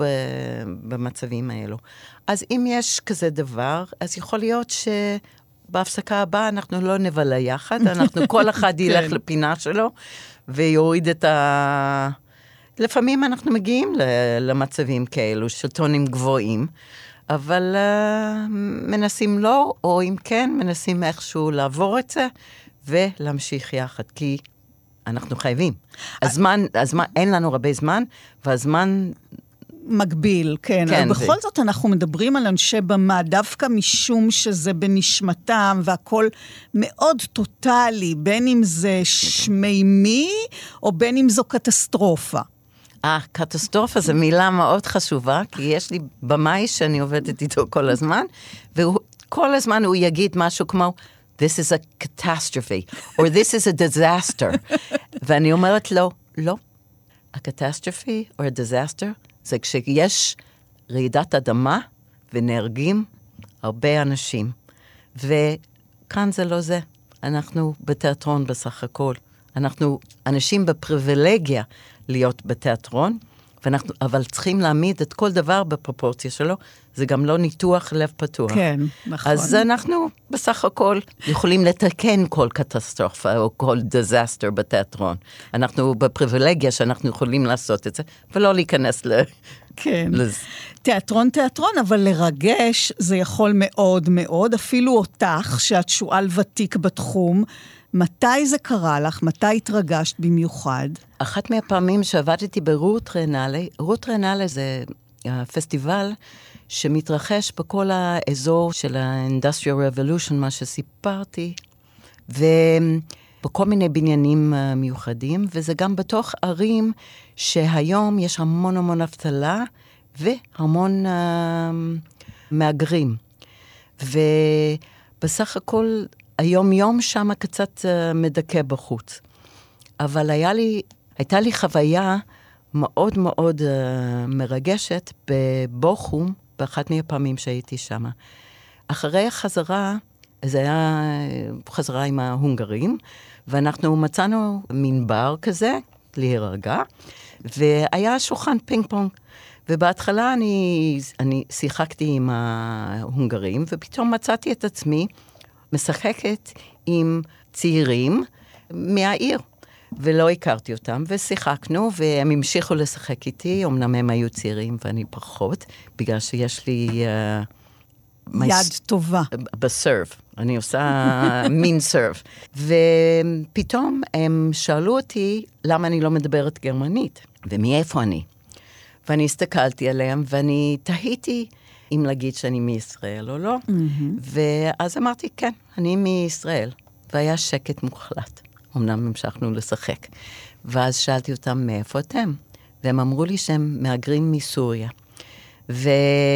במצבים האלו. אז אם יש כזה דבר, אז יכול להיות שבהפסקה הבאה אנחנו לא נבלה יחד, אנחנו כל אחד ילך לפינה שלו ויוריד את ה... לפעמים אנחנו מגיעים למצבים כאלו של טונים גבוהים, אבל מנסים לא, או אם כן, מנסים איכשהו לעבור את זה, ולהמשיך יחד, כי אנחנו חייבים. הזמן, אין לנו הרבה זמן, והזמן מגביל, כן. כן, בכל זאת אנחנו מדברים על אנשי במה, דווקא משום שזה בנשמתם, והכל מאוד טוטלי, בין אם זה שמימי, או בין אם זו קטסטרופה. קטסטרופה זו מילה מאוד חשובה, כי יש לי במאי שאני עובדת איתו כל הזמן, וכל הזמן הוא יגיד משהו כמו, This is a catastrophe, or this is a disaster. ואני אומרת לו, לא, a catastrophe or a disaster, זה כשיש רעידת אדמה ונהרגים הרבה אנשים. וכאן זה לא זה. אנחנו בתיאטרון בסך הכל. אנחנו אנשים בפריבילגיה להיות בתיאטרון, אבל צריכים להעמיד את כל דבר בפרופורציה שלו. זה גם לא ניתוח לב פתוח. כן, נכון. אז אנחנו בסך הכל יכולים לתקן כל קטסטרופה או כל דיזסטר בתיאטרון. אנחנו בפריבילגיה שאנחנו יכולים לעשות את זה, ולא להיכנס כן. תיאטרון, אבל לרגש זה יכול מאוד מאוד, אפילו אותך, שאת שואל ותיק בתחום, מתי זה קרה לך? מתי התרגשת במיוחד? אחת מהפעמים שעבדתי ברות רנאלה, רות רנאלה זה פסטיבל שמתרחש בכל האזור של ה-Industrial Revolution, מה שסיפרתי, ובכל מיני בניינים מיוחדים, וזה גם בתוך ערים שהיום יש המון אבטלה, והמון מהגרים. ובסך הכל היום שם קצת מדכא בחוץ. אבל הייתה לי חוויה מאוד מאוד מרגשת בבוכום, באחת מהפעמים שהייתי שם. אחרי החזרה, זה היה חזרה עם ההונגרים, ואנחנו מצאנו מין בר כזה, להירגע, והיה שולחן פינג פונג. ובהתחלה אני שיחקתי עם ההונגרים, ופתאום מצאתי את עצמי משחקת עם צעירים מהעיר. ולא הכרתי אותם, ושיחקנו, והם המשיכו לשחק איתי, אמנם הם היו צעירים ואני פחות, בגלל שיש לי יד טובה. בסרב. אני עושה מין סרב. ופתאום הם שאלו אותי למה אני לא מדברת גרמנית, ומאיפה אני. ואני הסתכלתי עליהם, ואני תהיתי אם להגיד שאני מישראל או לא. ואז אמרתי, כן, אני מישראל. והיה שקט מוחלט. אמנם המשכנו לשחק. ואז שאלתי אותם, מאיפה אתם? והם אמרו לי שהם מהגרים מסוריה. ואז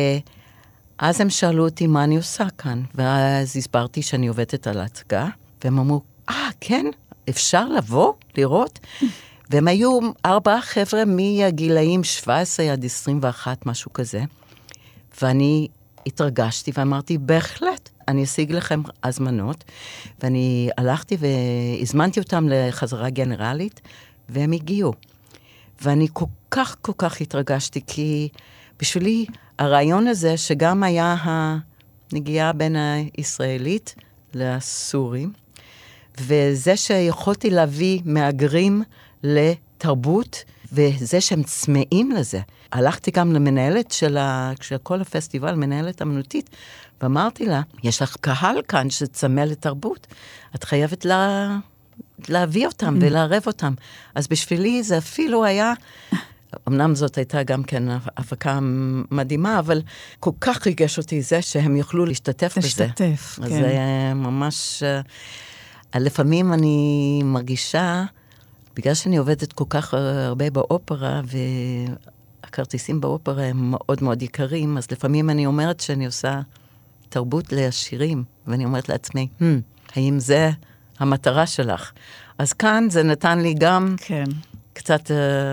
הם שאלו אותי מה אני עושה כאן. ואז הסברתי שאני עובדת על ההצגה. והם אמרו, כן? אפשר לבוא, לראות? והם היו 4 חבר'ה מהגילאים 17 עד 21, משהו כזה. ואני התרגשתי ואמרתי, בהחלט, אני אשיג לכם הזמנות. ואני הלכתי והזמנתי אותם לחזרה גנרלית, והם הגיעו. ואני כל כך התרגשתי, כי בשבילי הרעיון הזה, שגם היה הנגיעה בין הישראלית לסורים, וזה שיכולתי להביא מהגרים לתרבות, וזה שהם צמאים לזה. הלכתי גם למנהלת של כל הפסטיבל, מנהלת אמנותית, ואמרתי לה, יש לך קהל כאן שצמא לתרבות, את חייבת להביא אותם ולערב אותם. אז בשבילי זה אפילו היה, אמנם זאת הייתה גם כן הפקה מדהימה, אבל כל כך ריגש אותי זה שהם יוכלו להשתתף בזה. להשתתף, כן. אז זה ממש, לפעמים אני מרגישה, בגלל שאני עובדת כל כך הרבה באופרה, והכרטיסים באופרה הם מאוד מאוד יקרים, אז לפעמים אני אומרת שאני עושה תרבות לעשירים, ואני אומרת לעצמי, האם זה המטרה שלך? אז כאן זה נתן לי גם קצת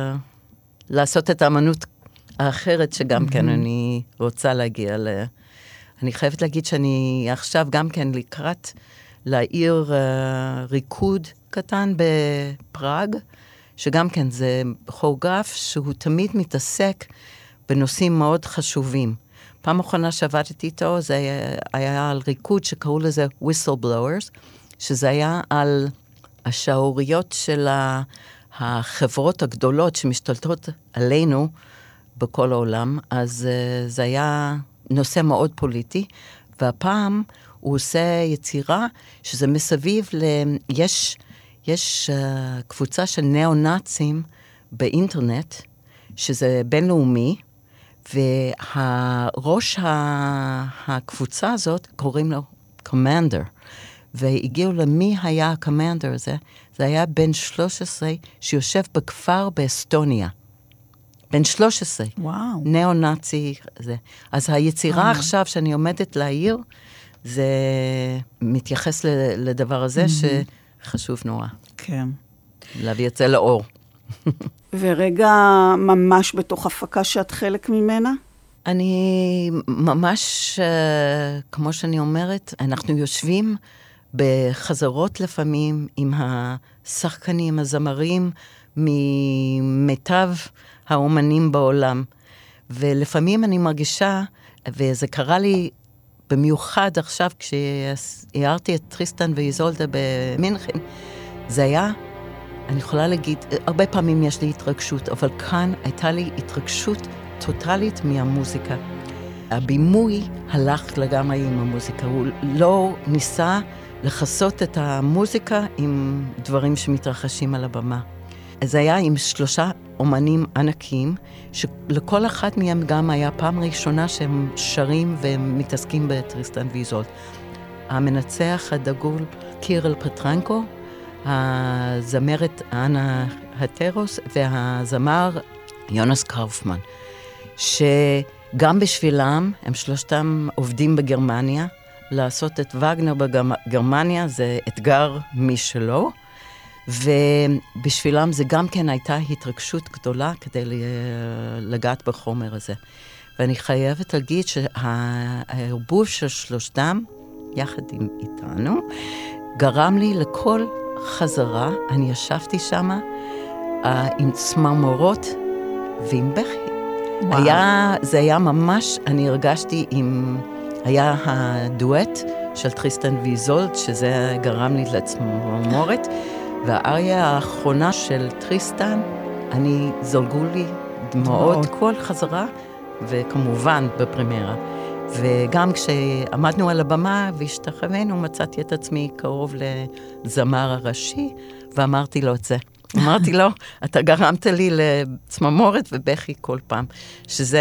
לעשות את האמנות האחרת, שגם כן אני רוצה להגיע אני חייבת להגיד שאני עכשיו גם כן לקראת לעיר ריקוד קטן בפראג, שגם כן זה כוריאוגרף שהוא תמיד מתעסק בנושאים מאוד חשובים. פעם אחרונה שעבדתי איתו, זה היה על ריקוד שקראו לזה whistleblowers, שזה היה על השעוריות של החברות הגדולות שמשתלטות עלינו בכל העולם, אז זה היה נושא מאוד פוליטי, והפעם הוא עושה יצירה שזה מסביב יש יש קבוצה של ניאו-נאצים באינטרנט, שזה בינלאומי, והראש הקבוצה הזאת קוראים לו קומנדר. והגיעו למי היה הקומנדר הזה. זה היה בן 13 שיושב בכפר באסטוניה. בן 13. וואו. ניאו-נאצי. אז היצירה עכשיו שאני עומדת להעיר, זה מתייחס לדבר הזה שחשוב נורא. כן. להביא את זה לאור. ורגע ממש בתוך הפקה שאת חלק ממנה? אני ממש, כמו שאני אומרת, אנחנו יושבים בחזרות לפעמים עם השחקנים, הזמרים, ממיטב האומנים בעולם. ולפעמים אני מרגישה, וזה קרה לי במיוחד עכשיו, כשהערתי את טריסטן ואיזולדה במינכן, זה היה, אני יכולה להגיד, הרבה פעמים יש לי התרגשות, אבל כאן הייתה לי התרגשות טוטלית מהמוזיקה. הבימוי הלך לגמרי עם המוזיקה, הוא לא ניסה לחסות את המוזיקה עם דברים שמתרחשים על הבמה. זה היה עם 3 אומנים ענקים, שלכל אחת מהם גם היה פעם ראשונה שהם שרים ומתעסקים בטריסטן ואיזולד. המנצח הדגול קירל פטרנקו, הזמרת אנה הטרוס והזמר יונס קאופמן, שגם בשבילם, הם 3 עובדים בגרמניה, לעשות את וגנר בגרמניה זה אתגר משלו, ובשבילם זה גם כן הייתה התרגשות גדולה כדי לגעת בחומר הזה. ואני חייבת להגיד שהערבוב של 3 יחד איתנו, גרם לי לכל חזרה, אני ישבתי שם עם צמרמורות ועם בכי. זה היה ממש, אני הרגשתי היה הדואט של טריסטן ואיזולד, שזה גרם לי לצמרמורת, והאריה האחרונה של טריסטן, זולגו לי דמעות כל חזרה, וכמובן בפרמירה. וגם כשעמדנו על הבמה והשתחווינו, מצאתי את עצמי קרוב לזמר הראשי, ואמרתי לו את זה. אמרתי לו, אתה גרמת לי לצמרמורת ובכי כל פעם. שזה,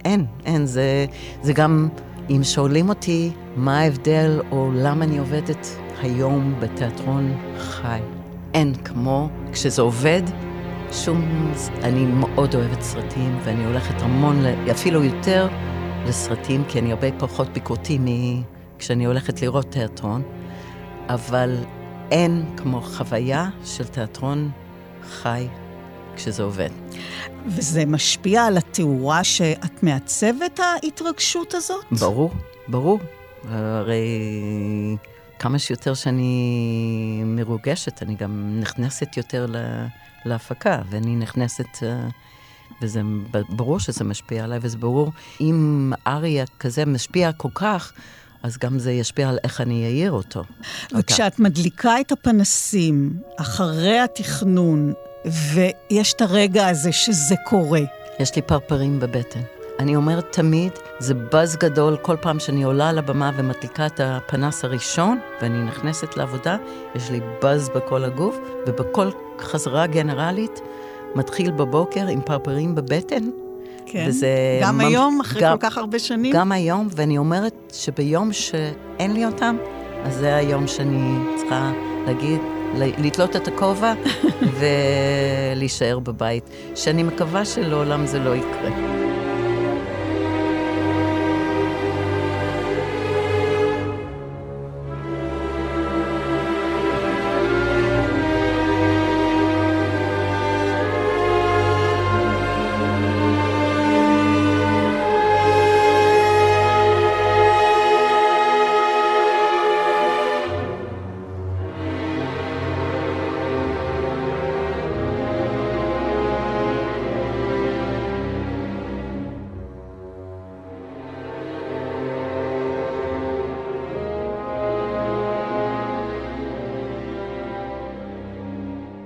זה גם, אם שואלים אותי מה ההבדל או למה אני עובדת היום בתיאטרון חי, אין כמו כשזה עובד, אני מאוד אוהבת סרטים, ואני הולכת המון, אפילו יותר לסרטים, כי אני הרבה פחות ביקורתי כשאני הולכת לראות תיאטרון, אבל אין כמו חוויה של תיאטרון חי כשזה עובד. וזה משפיע על התאורה שאת מעצבת ההתרגשות הזאת? ברור. הרי כמה שיותר שאני מרוגשת, אני גם נכנסת יותר להפקה, ואני נכנסת, וזה ברור שזה משפיע עליי, וזה ברור, אם אריה כזה משפיע כל כך, אז גם זה ישפיע על איך אני אעיר אותו. וכשאת מדליקה את הפנסים אחרי התכנון, ויש את הרגע הזה שזה קורה. יש לי פרפרים בבטן. אני אומרת תמיד, זה בז גדול כל פעם שאני עולה על הבמה ומדליקה את הפנס הראשון, ואני נכנסת לעבודה, יש לי בז בכל הגוף, ובכל חזרה גנרלית, מתחיל בבוקר עם פרפרים בבטן. כן, גם היום, אחרי כל כך הרבה שנים? גם היום, ואני אומרת שביום שאין לי אותם, אז זה היום שאני צריכה להגיד, לתלות את הכובע ולהישאר בבית, שאני מקווה שלעולם זה לא יקרה.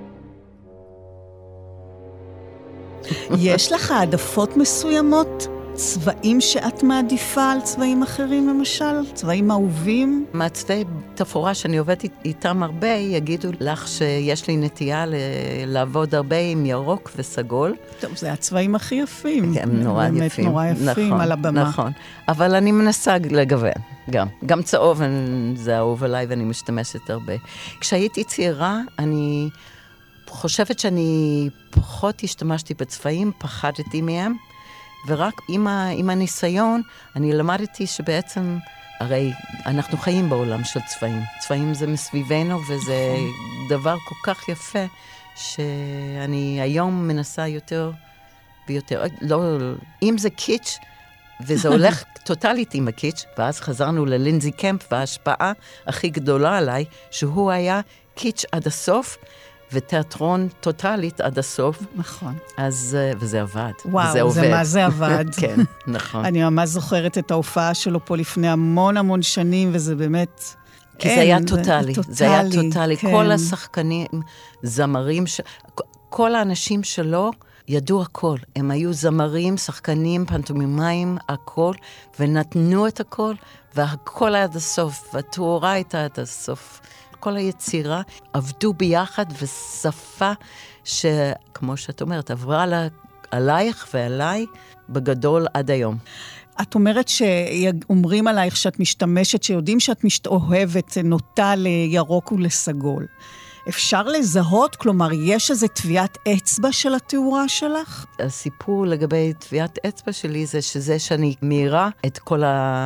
יש לך העדפות מסוימות צבעים שאת מעדיפה על צבעים אחרים למשל? צבעים אהובים? מעצבי תפאורה שאני עובדת איתם הרבה, יגידו לך שיש לי נטייה לעבוד הרבה עם ירוק וסגול. טוב, זה הצבעים הכי יפים. הם נורא יפים. באמת נורא יפים נכון, על הבמה. נכון, אבל אני מנסה לגוון גם צהוב זה אהוב עליי ואני משתמשת הרבה. כשהייתי צעירה, אני חושבת שאני פחות השתמשתי בצבעים, פחדתי מהם, ורק עם הניסיון, אני למדתי שבעצם, הרי אנחנו חיים בעולם של צבעים. צבעים זה מסביבנו, וזה דבר כל כך יפה, שאני היום מנסה יותר ויותר. לא, אם זה קיץ', וזה הולך טוטלית עם הקיץ', ואז חזרנו ללינזי קמפ, וההשפעה הכי גדולה עליי, שהוא היה קיץ' עד הסוף, ותיאטרון טוטלית עד הסוף. נכון. אז, וזה עבד. וואו, זה עובד. זה מה זה עבד. כן, נכון. אני ממש זוכרת את ההופעה שלו פה לפני המון שנים, וזה באמת... כי זה היה טוטלי. זה היה טוטלי. כן. כל השחקנים, זמרים, כל האנשים שלו ידעו הכל. הם היו זמרים, שחקנים, פנטומימאים, הכל, ונתנו את הכל, והכל עד הסוף, והתאורה הייתה עד הסוף. כל היצירה עבדו ביחד, ושפה שכמו שאת אומרת, עברה עלייך ועליי בגדול עד היום. את אומרת שאומרים עלייך שאת משתמשת, שיודעים שאת אוהבת, נוטה לירוק ולסגול. אפשר לזהות? כלומר, יש איזו טביעת אצבע של התאורה שלך? הסיפור לגבי טביעת אצבע שלי זה שזה שאני מאירה את כל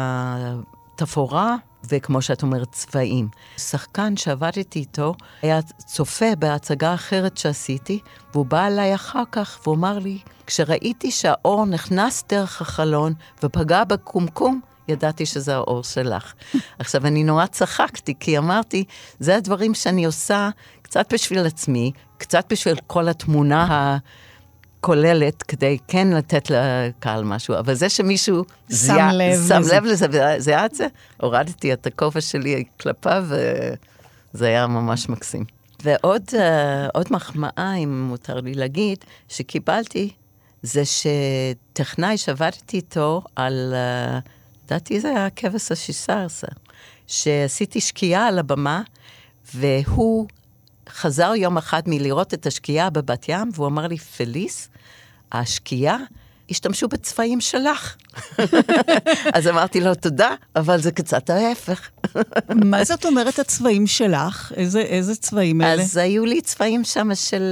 התפאורה, וכמו שאת אומרת, צבעים. שחקן שעבדתי איתו היה צופה בהצגה אחרת שעשיתי, והוא בא אליי אחר כך והוא אמר לי, כשראיתי שהאור נכנס דרך החלון ופגע בקומקום, ידעתי שזה האור שלך. עכשיו, אני נורא צחקתי, כי אמרתי, זה הדברים שאני עושה קצת בשביל עצמי, קצת בשביל כל התמונה כוללת, כדי כן לתת לקהל משהו, אבל זה שמישהו שם לב לזה, וזה היה את זה, הורדתי את הכובע שלי כלפיו, וזה היה ממש מקסים. ועוד מחמאה, אם מותר לי להגיד, שקיבלתי, זה שטכנאי שעבדתי איתו על, לדעתי זה היה כבש השיסרסה, שעשיתי שקיעה על הבמה, והוא חזר יום אחד מלראות את השקיעה בבת ים, והוא אמר לי, פליס, השקיעה, השתמשו בצבעים שלך. אז אמרתי לו, תודה, אבל זה קצת ההפך. מה זאת אומרת הצבעים שלך? איזה צבעים אלה? אז היו לי צבעים שם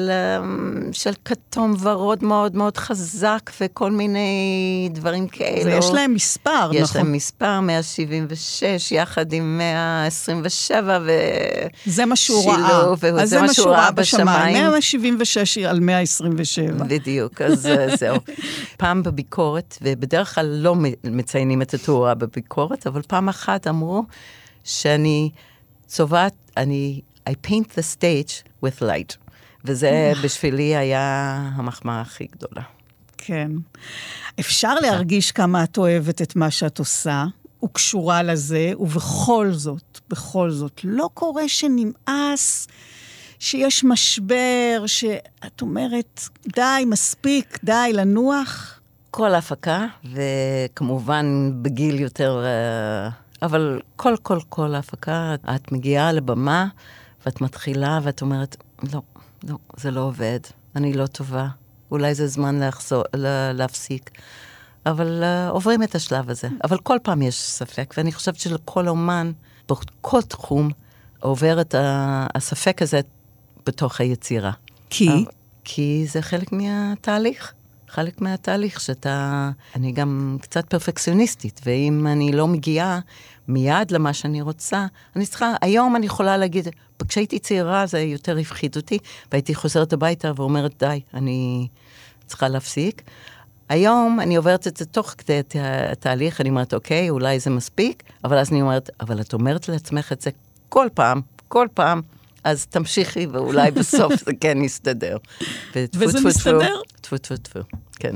של כתום ורוד מאוד מאוד חזק, וכל מיני דברים כאלו. ויש להם מספר, נכון? יש להם מספר, 176, יחד עם 127, זה מה שהוא ראה. אז זה מה שהוא ראה בשמיים. 176 על 127. בדיוק, אז זהו. פעם בביקורת, ובדרך כלל לא מציינים את התאורה בביקורת, אבל פעם אחת אמרו שאני צובעת, I paint the stage with light. וזה בשבילי היה המחמאה הכי גדולה. כן. אפשר להרגיש כמה את אוהבת את מה שאת עושה, וקשורה לזה, ובכל זאת, לא קורה שנמאס, שיש משבר, שאת אומרת, די, מספיק, די, לנוח. כל הפקה, וכמובן בגיל יותר, אבל כל הפקה, את מגיעה לבמה, ואת מתחילה, ואת אומרת, לא, זה לא עובד, אני לא טובה, אולי זה זמן להפסיק, אבל עוברים את השלב הזה. אבל כל פעם יש ספק, ואני חושבת שלכל אומן, בכל תחום, עובר את הספק הזה בתוך היצירה. כי זה חלק מהתהליך. חלק מהתהליך אני גם קצת פרפקציוניסטית, ואם אני לא מגיעה מיד למה שאני רוצה, היום אני יכולה להגיד, כשהייתי צעירה זה יותר הפחיד אותי, והייתי חוזרת הביתה ואומרת, די, אני צריכה להפסיק. היום אני עוברת את זה תוך כדי התהליך, אני אומרת, אוקיי, אולי זה מספיק, אבל אז אני אומרת, אבל את אומרת לעצמך את זה כל פעם, אז תמשיכי, ואולי בסוף זה כן יסתדר. וזה מסתדר? טפו, כן.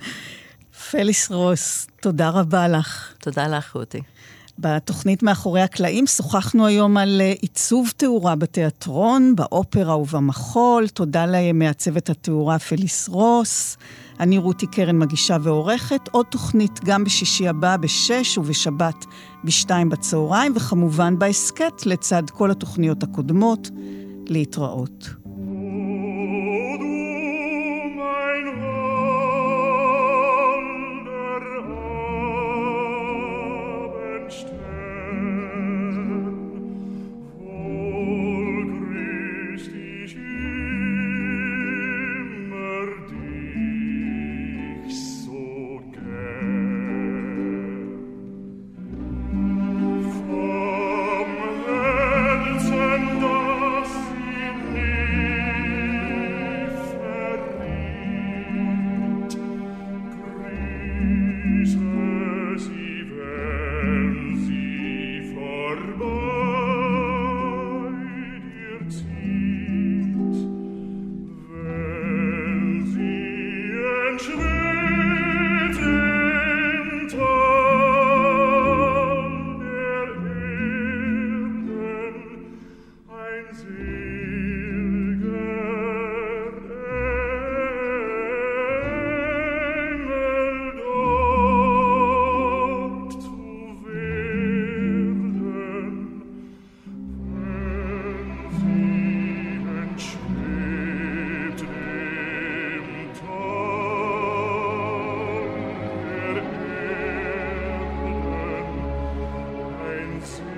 פליס רוס, תודה רבה לך. תודה לך, רותי. בתוכנית מאחורי הקלעים שוחחנו היום על עיצוב תאורה בתיאטרון, באופרה ובמחול. תודה למעצבת התאורה פליס רוס. אני רותי קרן מגישה ועורכת, עוד תוכנית גם בשישי הבא ב-6 ובשבת ב-2 בצהריים, וכמובן בהסקט לצד כל התוכניות הקודמות. להתראות. See